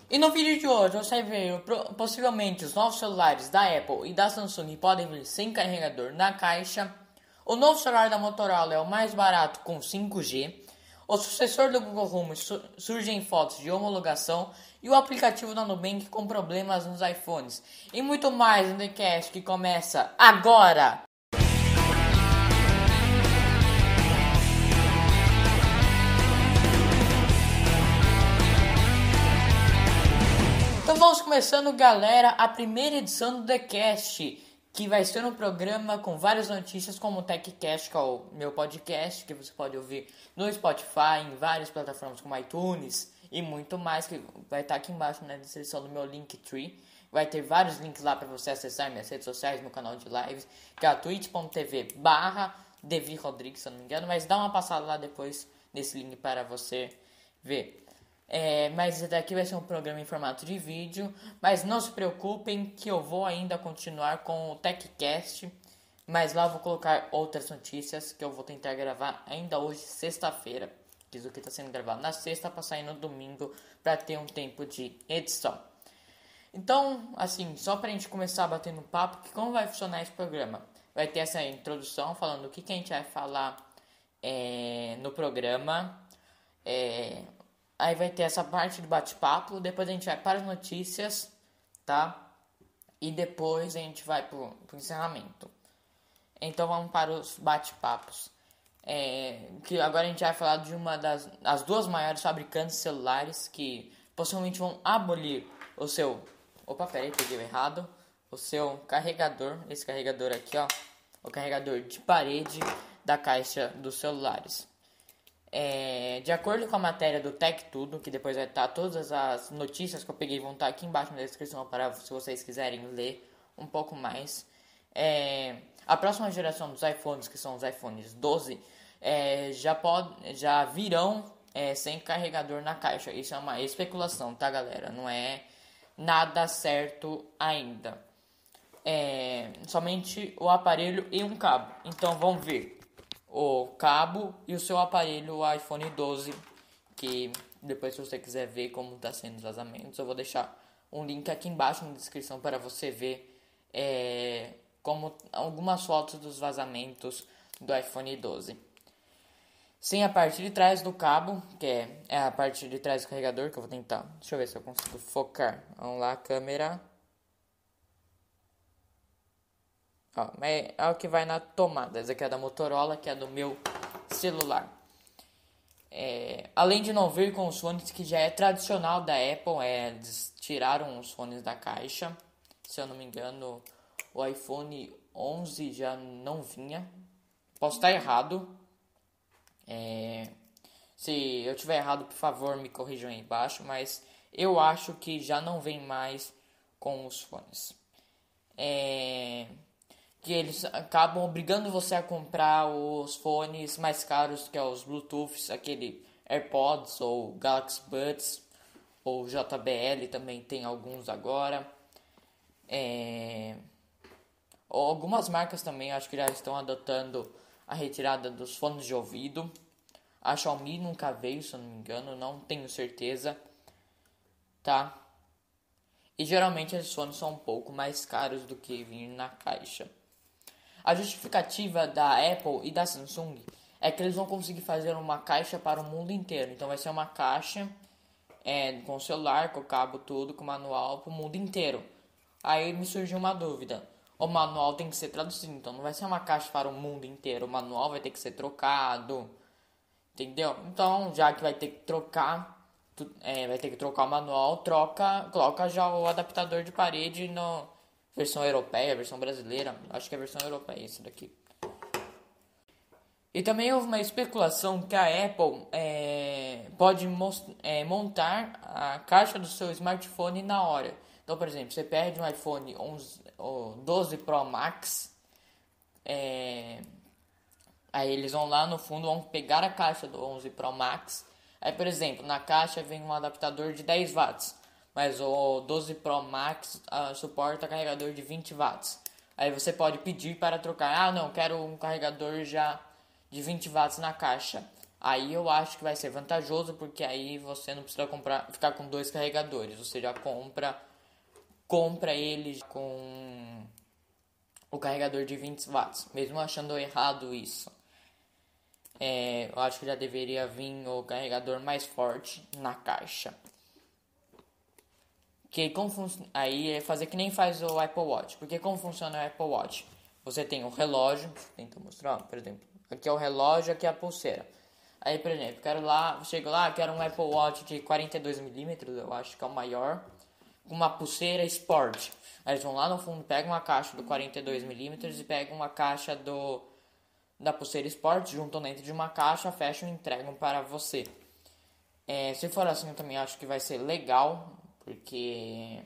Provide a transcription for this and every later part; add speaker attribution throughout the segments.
Speaker 1: E no vídeo de hoje você vai ver possivelmente os novos celulares da Apple e da Samsung podem vir sem carregador na caixa. O novo celular da Motorola é o mais barato com 5G. O sucessor do Google Home surgem fotos de homologação e o aplicativo da Nubank com problemas nos iPhones. E muito mais no TheCast que começa agora! Então vamos começando, galera, a primeira edição do TheCast, que vai ser um programa com várias notícias, como o TechCast, que é o meu podcast, que você pode ouvir no Spotify, em várias plataformas como iTunes e muito mais, que vai estar aqui embaixo na descrição do meu Linktree. Vai ter vários links lá para você acessar minhas redes sociais, meu canal de lives, que é a twitch.tv/DeviRodrigues, se eu não me engano, mas dá uma passada lá depois nesse link para você ver. Mas esse daqui vai ser um programa em formato de vídeo, mas não se preocupem que eu vou ainda continuar com o TechCast, mas lá eu vou colocar outras notícias que eu vou tentar gravar ainda hoje, sexta-feira, que isso aqui está sendo gravado na sexta para sair no domingo, para ter um tempo de edição. Então, assim, só para a gente começar batendo papo, que como vai funcionar esse programa? Vai ter essa introdução falando o que a gente vai falar no programa, aí vai ter essa parte de bate-papo, depois a gente vai para as notícias, tá? E depois a gente vai pro encerramento. Então vamos para os bate-papos. Que agora a gente vai falar de uma das duas maiores fabricantes de celulares que possivelmente vão abolir o seu... Opa, peraí, peguei errado. O seu carregador, esse carregador aqui, ó. O carregador de parede da caixa dos celulares. De acordo com a matéria do Tech Tudo, que depois vai estar todas as notícias que eu peguei vão estar aqui embaixo na descrição para se vocês quiserem ler um pouco mais. A próxima geração dos iPhones, que são os iPhones 12, já virão sem carregador na caixa. Isso é uma especulação, tá, galera? Não é nada certo ainda. Somente o aparelho e um cabo. Então vamos ver o cabo e o seu aparelho, o iPhone 12, que depois, se você quiser ver como está sendo os vazamentos, eu vou deixar um link aqui embaixo na descrição para você ver como algumas fotos dos vazamentos do iPhone 12. Sem a parte de trás do cabo, que é a parte de trás do carregador, que eu vou tentar. Deixa eu ver se eu consigo focar. Vamos lá, câmera. Ó, é o que vai na tomada. Essa aqui é da Motorola, que é do meu celular. Além de não vir com os fones, que já é tradicional da Apple, eles tiraram os fones da caixa. Se eu não me engano, o iPhone 11 já não vinha. Posso estar errado. Se eu tiver errado, por favor, me corrijam aí embaixo. Mas eu acho que já não vem mais com os fones. Que eles acabam obrigando você a comprar os fones mais caros, que é os Bluetooth, aquele AirPods ou Galaxy Buds ou JBL, também tem alguns agora. Algumas marcas também acho que já estão adotando a retirada dos fones de ouvido. A Xiaomi nunca veio, se eu não me engano, não tenho certeza, tá? E geralmente esses fones são um pouco mais caros do que vir na caixa. A justificativa da Apple e da Samsung é que eles vão conseguir fazer uma caixa para o mundo inteiro. Então vai ser uma caixa com o celular, com o cabo, tudo, com o manual para o mundo inteiro. Aí me surgiu uma dúvida. O manual tem que ser traduzido, então não vai ser uma caixa para o mundo inteiro. O manual vai ter que ser trocado, entendeu? Então, já que vai ter que trocar, o manual, coloca já o adaptador de parede no... Versão europeia, versão brasileira. Acho que é a versão europeia esse daqui. E também houve uma especulação que a Apple pode montar a caixa do seu smartphone na hora. Então, por exemplo, você perde um iPhone 11, 12 Pro Max. Aí eles vão lá no fundo, vão pegar a caixa do 11 Pro Max. Aí, por exemplo, na caixa vem um adaptador de 10 watts. Mas o 12 Pro Max suporta carregador de 20 watts. Aí você pode pedir para trocar. Não, quero um carregador já de 20 watts na caixa. Aí eu acho que vai ser vantajoso, porque aí você não precisa ficar com 2 carregadores. Você já compra ele com o carregador de 20 watts. Mesmo achando errado isso. Eu acho que já deveria vir o carregador mais forte na caixa. Aí é fazer que nem faz o Apple Watch. Porque como funciona o Apple Watch? Você tem o relógio, tenta mostrar, por exemplo. Aqui é o relógio, aqui é a pulseira. Aí, por exemplo, chego lá, quero um Apple Watch de 42mm, eu acho que é o maior, com uma pulseira Sport. Aí eles vão lá no fundo, pegam uma caixa do 42mm e pegam uma caixa da pulseira Sport, juntam dentro de uma caixa, fecham e entregam para você. Se for assim, eu também acho que vai ser legal, porque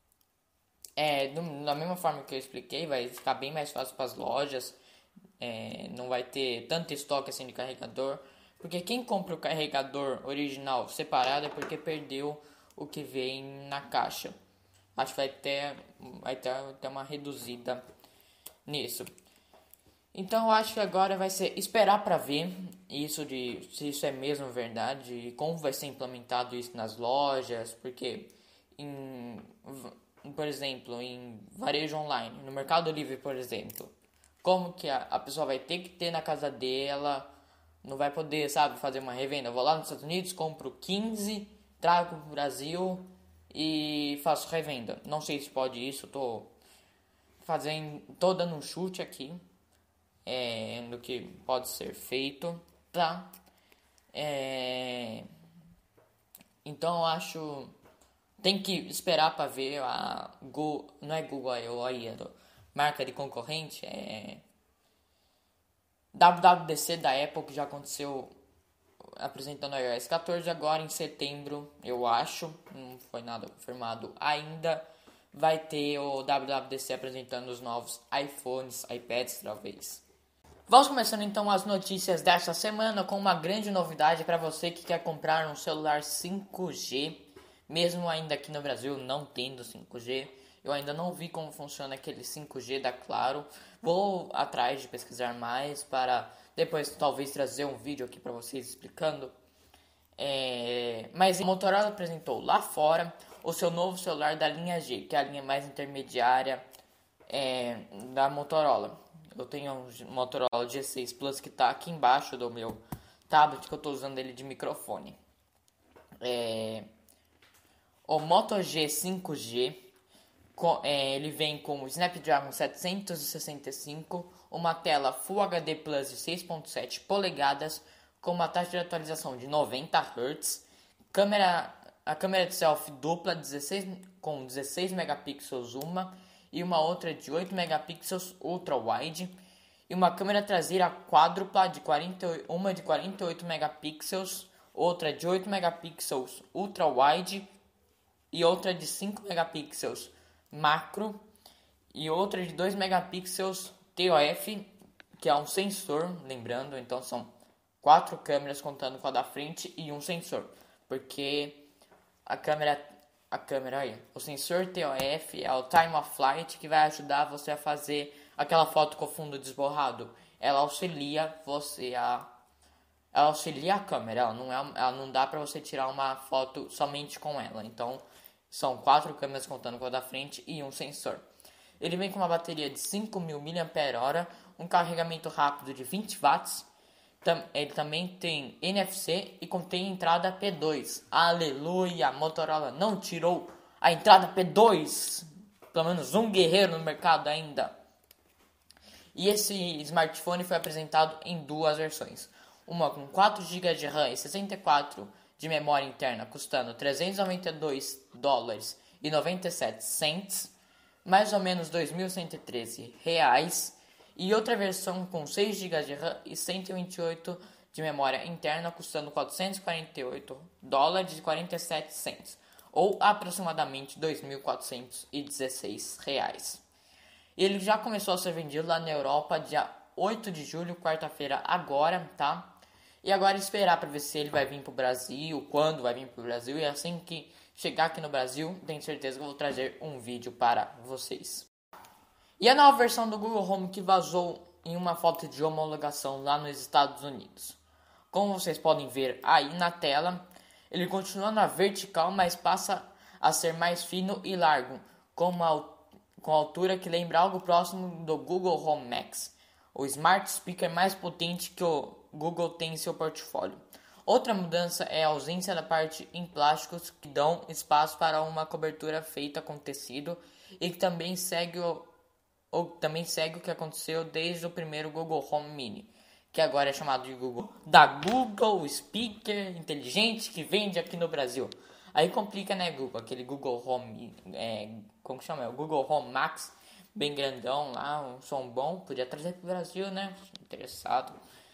Speaker 1: da mesma forma que eu expliquei, vai ficar bem mais fácil para as lojas. Não vai ter tanto estoque assim de carregador, porque quem compra o carregador original separado é porque perdeu o que vem na caixa. Acho que vai ter uma reduzida nisso. Então eu acho que agora vai ser esperar para ver se isso é mesmo verdade e como vai ser implementado isso nas lojas, porque por exemplo, em varejo online, no Mercado Livre, por exemplo, como que a pessoa vai ter que ter na casa dela, não vai poder, sabe, fazer uma revenda. Eu vou lá nos Estados Unidos, compro 15, trago pro Brasil e faço revenda. Não sei se pode isso, tô dando um chute aqui do que pode ser feito, tá? Então eu acho tem que esperar para ver a Google, não é Google aí, marca de concorrente, WWDC da Apple, que já aconteceu apresentando o iOS 14 agora em setembro, eu acho, não foi nada confirmado ainda. Vai ter o WWDC apresentando os novos iPhones, iPads talvez. Vamos começando então as notícias desta semana com uma grande novidade para você que quer comprar um celular 5G, mesmo ainda aqui no Brasil não tendo 5G. Eu ainda não vi como funciona aquele 5G da Claro. Vou atrás de pesquisar mais para depois talvez trazer um vídeo aqui para vocês explicando. Mas a Motorola apresentou lá fora o seu novo celular da linha G, que é a linha mais intermediária da Motorola. Eu tenho um Motorola G6 Plus que está aqui embaixo do meu tablet, que eu estou usando ele de microfone. O Moto G 5G, ele vem com o Snapdragon 765, uma tela Full HD Plus de 6.7 polegadas, com uma taxa de atualização de 90 Hz, a câmera de selfie dupla com 16 megapixels e uma outra de 8 megapixels ultra-wide, e uma câmera traseira quádrupla uma de 48 megapixels, outra de 8 megapixels ultra-wide e outra de 5 megapixels macro e outra de 2 megapixels TOF, que é um sensor, lembrando, então são 4 câmeras contando com a da frente e um sensor, porque o sensor TOF é o Time of Flight, que vai ajudar você a fazer aquela foto com o fundo desborrado. Ela auxilia a câmera, ela não dá para você tirar uma foto somente com ela. Então, são 4 câmeras contando com a da frente e um sensor. Ele vem com uma bateria de 5.000 mAh, um carregamento rápido de 20 watts. Ele também tem NFC e contém entrada P2. Aleluia! A Motorola não tirou a entrada P2. Pelo menos um guerreiro no mercado ainda. E esse smartphone foi apresentado em 2 versões. Uma com 4 GB de RAM e 64 de memória interna, custando $392,97, mais ou menos R$ 2.113. E outra versão com 6 GB de RAM e 128 de memória interna, custando $448,47, ou aproximadamente R$ 2.416. Ele já começou a ser vendido lá na Europa dia 8 de julho, quarta-feira agora, tá? E agora esperar para ver se ele vai vir pro Brasil, quando vai vir pro Brasil, e assim que chegar aqui no Brasil, tenho certeza que eu vou trazer um vídeo para vocês. E a nova versão do Google Home que vazou em uma foto de homologação lá nos Estados Unidos. Como vocês podem ver aí na tela, ele continua na vertical, mas passa a ser mais fino e largo, com altura que lembra algo próximo do Google Home Max, o smart speaker mais potente que o Google tem em seu portfólio. Outra mudança é a ausência da parte em plásticos, que dão espaço para uma cobertura feita com tecido e que também segue o que aconteceu desde o primeiro Google Home Mini, que agora é chamado de Google Speaker inteligente que vende aqui no Brasil. Aí complica, né, Google? Aquele Google Home, como que chama? É o Google Home Max, bem grandão lá, um som bom. Podia trazer pro Brasil, né? Interessado.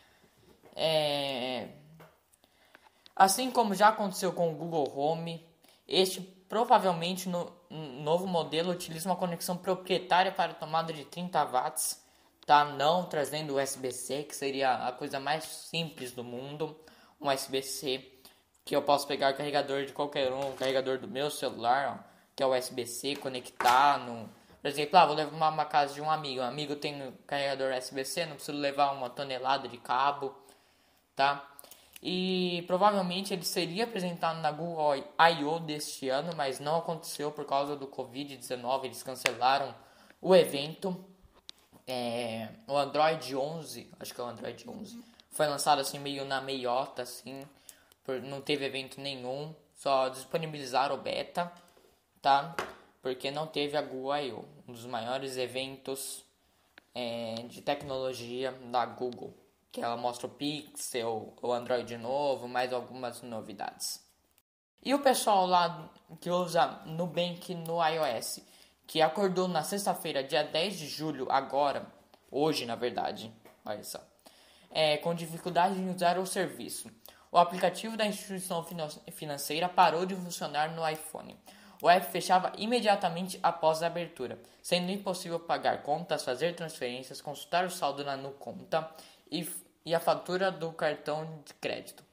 Speaker 1: Assim como já aconteceu com o Google Home, este provavelmente no novo modelo utiliza uma conexão proprietária para tomada de 30 watts, tá? Não trazendo USB-C, que seria a coisa mais simples do mundo, um USB-C que eu posso pegar o carregador de qualquer um, o carregador do meu celular, ó, que é o USB-C, conectar no... Por exemplo, vou levar uma casa de um amigo tem carregador USB-C, não preciso levar uma tonelada de cabo, tá? E provavelmente ele seria apresentado na Google I.O. deste ano, mas não aconteceu por causa do Covid-19, eles cancelaram o evento. O Android 11, acho que é o Android 11, foi lançado assim meio na meiota, assim, não teve evento nenhum, só disponibilizaram o beta, tá? Porque não teve a Google I.O., um dos maiores eventos de tecnologia da Google, que ela mostra o Pixel, o Android novo, mais algumas novidades. E o pessoal lá que usa Nubank no iOS, que acordou na sexta-feira, dia 10 de julho, hoje na verdade, olha só, com dificuldade em usar o serviço. O aplicativo da instituição financeira parou de funcionar no iPhone. O app fechava imediatamente após a abertura, sendo impossível pagar contas, fazer transferências, consultar o saldo na conta e a fatura do cartão de crédito.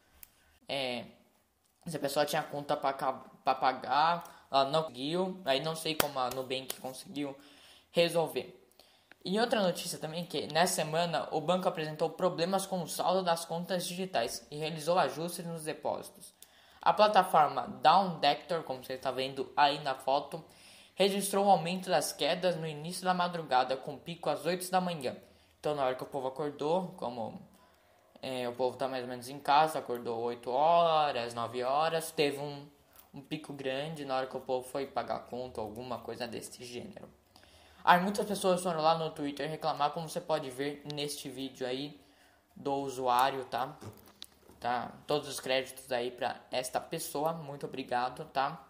Speaker 1: Se a pessoa tinha conta para pagar, ela não conseguiu, aí não sei como a Nubank conseguiu resolver. E outra notícia também que nessa semana o banco apresentou problemas com o saldo das contas digitais e realizou ajustes nos depósitos. A plataforma Downdector, como você está vendo aí na foto, registrou um aumento das quedas no início da madrugada, com pico às 8 da manhã. Então na hora que o povo acordou, como o povo está mais ou menos em casa, acordou 8 horas, 9 horas, teve um pico grande na hora que o povo foi pagar a conta ou alguma coisa desse gênero. Aí muitas pessoas foram lá no Twitter reclamar, como você pode ver neste vídeo aí do usuário, tá? Todos os créditos aí para esta pessoa, muito obrigado, tá?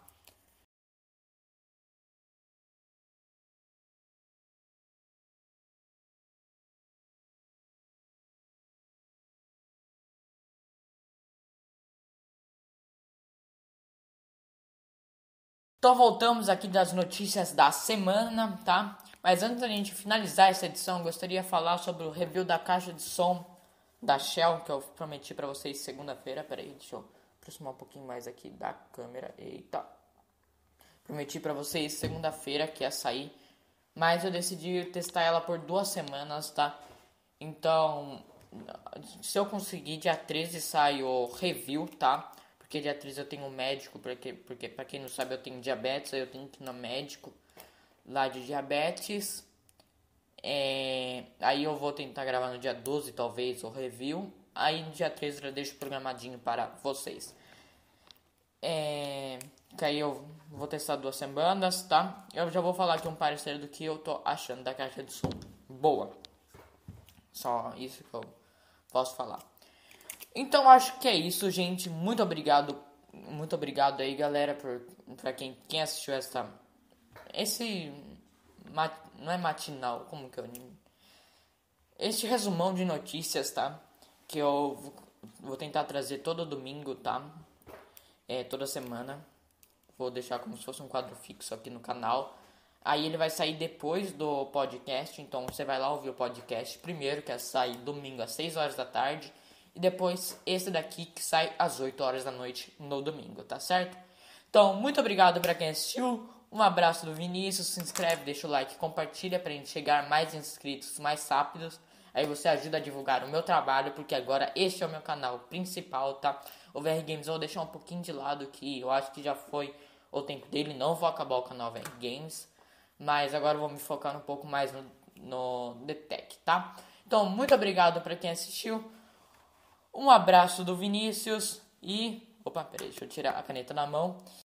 Speaker 1: Então voltamos aqui das notícias da semana, tá? Mas antes da gente finalizar essa edição, eu gostaria de falar sobre o review da caixa de som da Shell, que eu prometi pra vocês segunda-feira. Pera aí, deixa eu aproximar um pouquinho mais aqui da câmera. Eita! Prometi pra vocês segunda-feira que ia sair, mas eu decidi testar ela por 2 semanas, tá? Então, se eu conseguir, dia 13 sai o review, tá? Porque dia 13 eu tenho um médico, porque pra quem não sabe eu tenho diabetes, aí eu tenho que ir no médico lá de diabetes. Aí eu vou tentar gravar no dia 12 talvez o review. Aí no dia 13 eu deixo programadinho para vocês. Que aí eu vou testar 2 semanas, tá? Eu já vou falar aqui um parecer do que eu tô achando da caixa de som. Boa. Só isso que eu posso falar. Então acho que é isso, gente. Muito obrigado aí, galera, pra quem assistiu não é matinal, como que eu... Este resumão de notícias, tá? Que eu vou tentar trazer todo domingo, tá? Toda semana. Vou deixar como se fosse um quadro fixo aqui no canal. Aí ele vai sair depois do podcast, então você vai lá ouvir o podcast primeiro, que é sair domingo às 6 horas da tarde. E depois esse daqui que sai às 8 horas da noite no domingo, tá certo? Então, muito obrigado pra quem assistiu. Um abraço do Vinícius, se inscreve, deixa o like, compartilha pra gente chegar mais inscritos mais rápidos. Aí você ajuda a divulgar o meu trabalho, porque agora este é o meu canal principal, tá? O VR Games eu vou deixar um pouquinho de lado, que eu acho que já foi o tempo dele. Não vou acabar o canal VR Games, mas agora eu vou me focar um pouco mais no The Tech, tá? Então, muito obrigado para quem assistiu. Um abraço do Vinícius e... Opa, peraí, deixa eu tirar a caneta da mão.